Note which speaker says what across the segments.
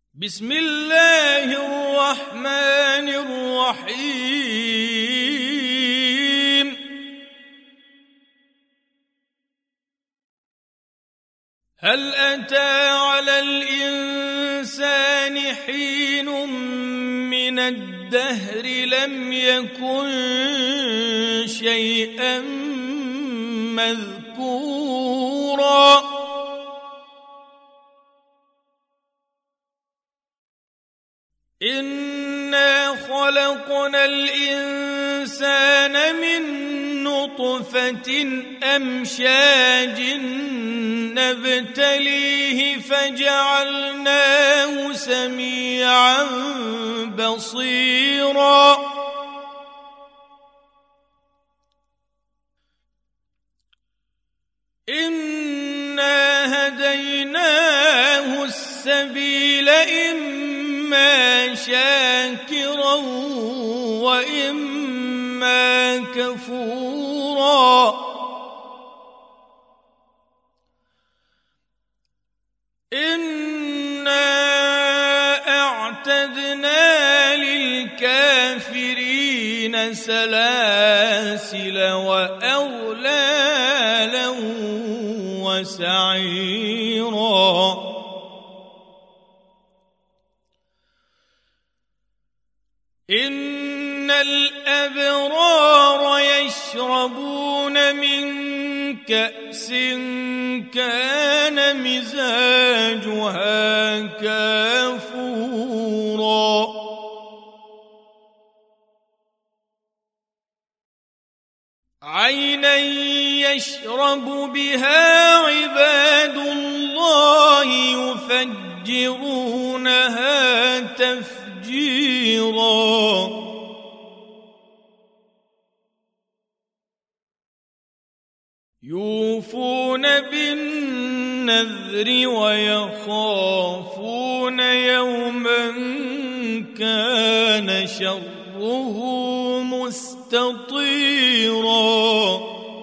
Speaker 1: بسم الله الرحمن الرحيم. هل أتى على الإنسان حين من الدهر لم يكن شيئا مذكورا إنا خلقنا الإنسان من نطفة أمشاج نبتليه فجعلناه سميعا بصيرا إنا هديناه السبيل إما شاكرا وإما كفورا إنا أعتدنا للكافرين سلاسل وأغلالا وسعيرا إن الأبرار يشربون من كأس كان مزاجها كافورا عينا يشرب بها عباد الله يفجرونها تفجيرا يوفون بالنذر ويخافون يوما كان شره مستطيرا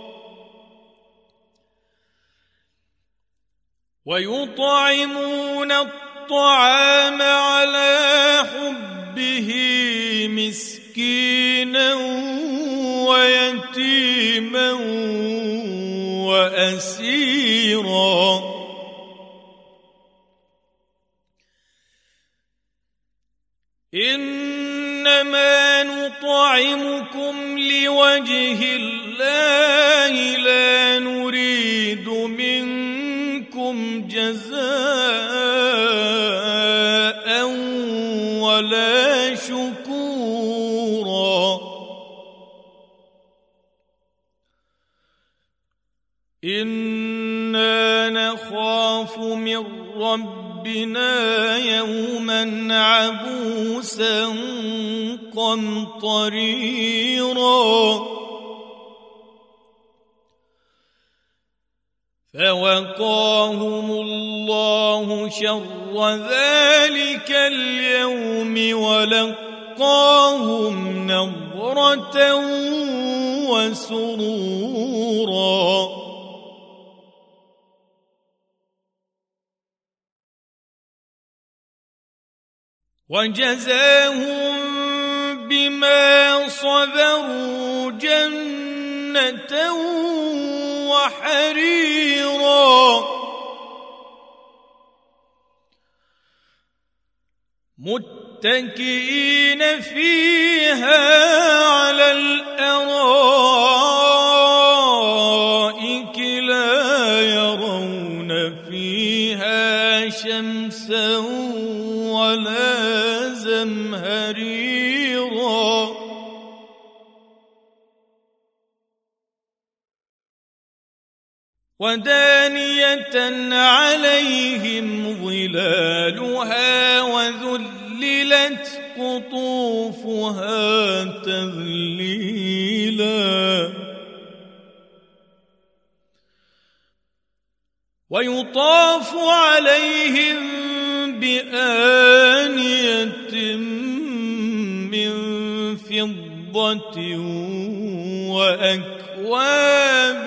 Speaker 1: ويطعمون الطعام على حبه مسكينا ويتيما وأسيرا إنما نطعمكم لوجه الله لا نريد منكم جزاء ولا شكورا إنا نخاف من ربنا يوما عبوسا قمطريرا فوقاهم الله شر ذلك اليوم ولقاهم نضرة وسرورا وجزاهم بما صبروا جنة وحريرا متكئين فيها على الأرائك لا يرون فيها شمسا ولا زمهريرا ودانية عليهم ظلالها وذللت قطوفها تذليلا ويطاف عليهم بآنية من فضة وأكواب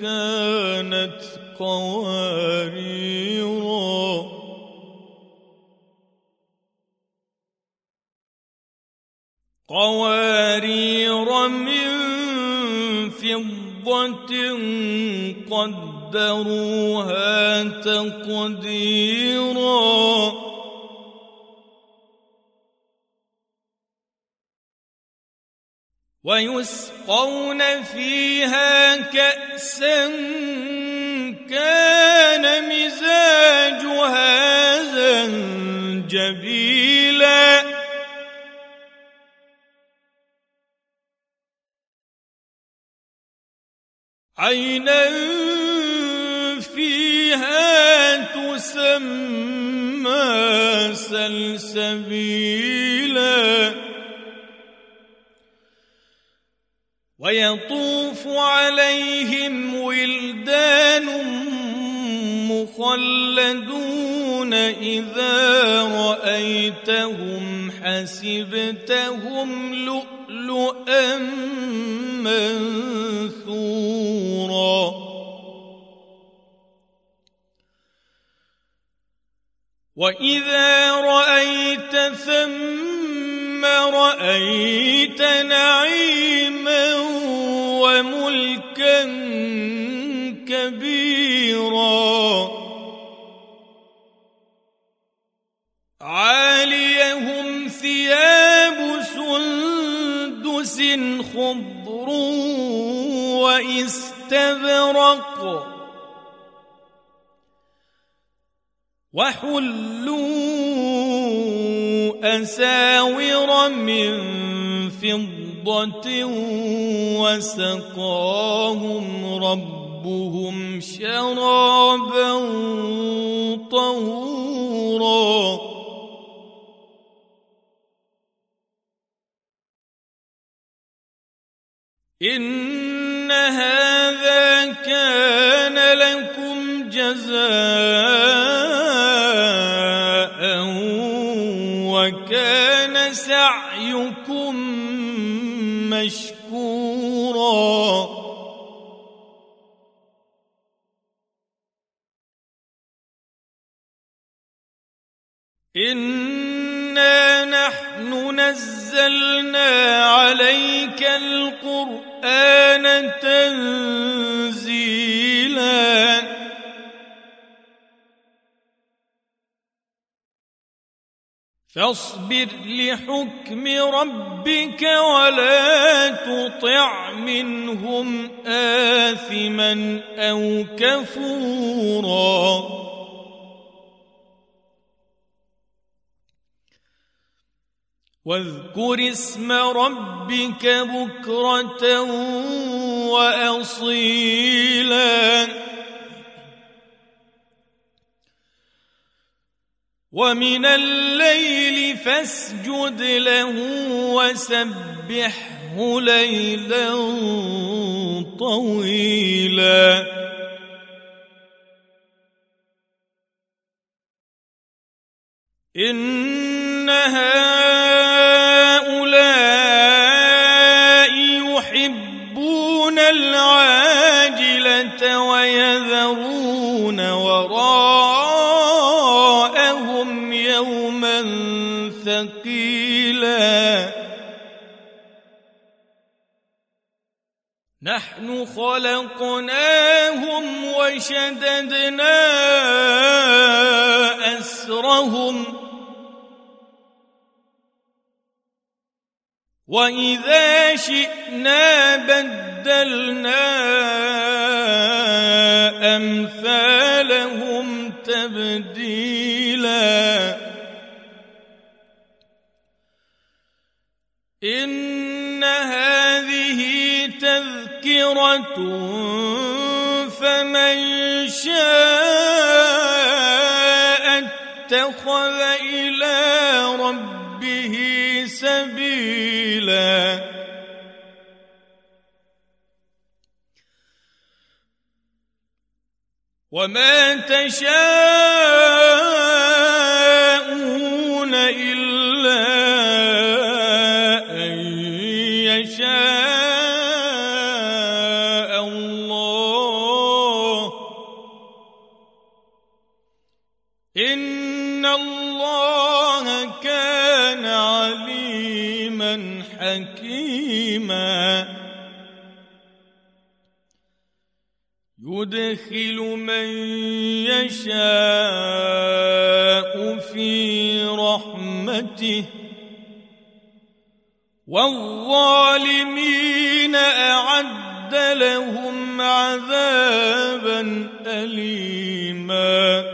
Speaker 1: كانت قواريرا قوارير من فضة قدروها تقديرا ويسقون فيها كأسا كان مزاجها زنجبيلا عينا فيها تسمى سلسبيلا ويطوف عليهم ولدان مخلدون إذا رأيتهم حسبتهم لؤلؤا منثورا وإذا رأيت ثم رأيت نعيما وملكا كبيرا عاليهم ثياب سندس خضر واستبرق وحلوا أساور من فضة وسقاهم ربهم شرابا طهورا إن هذا كان لكم جزاء وكان سعيكم مشكورا إنا نحن نزلنا عليك القرآن تنزيلا فاصبر لحكم ربك ولا تطع منهم آثما أو كفورا واذكر اسم ربك بكرة وأصيلا ومن الليل فاسجد له وسبحه ليلا طويلا إن هؤلاء يحبون العاجلة ويذرون وراءهم يوما ثقيلا نحن خلقناهم وشددنا أسرهم وإذا شئنا بدلنا أمثالهم تبديلا إن هذه تذكرة فمن شاء اتخذ إلى ربه سبيلا وما تشاءون إلا أن يشاء الله إن الله كان عليما حكيما يدخل من يشاء في رحمته والظالمين أعد لهم عذابا أليما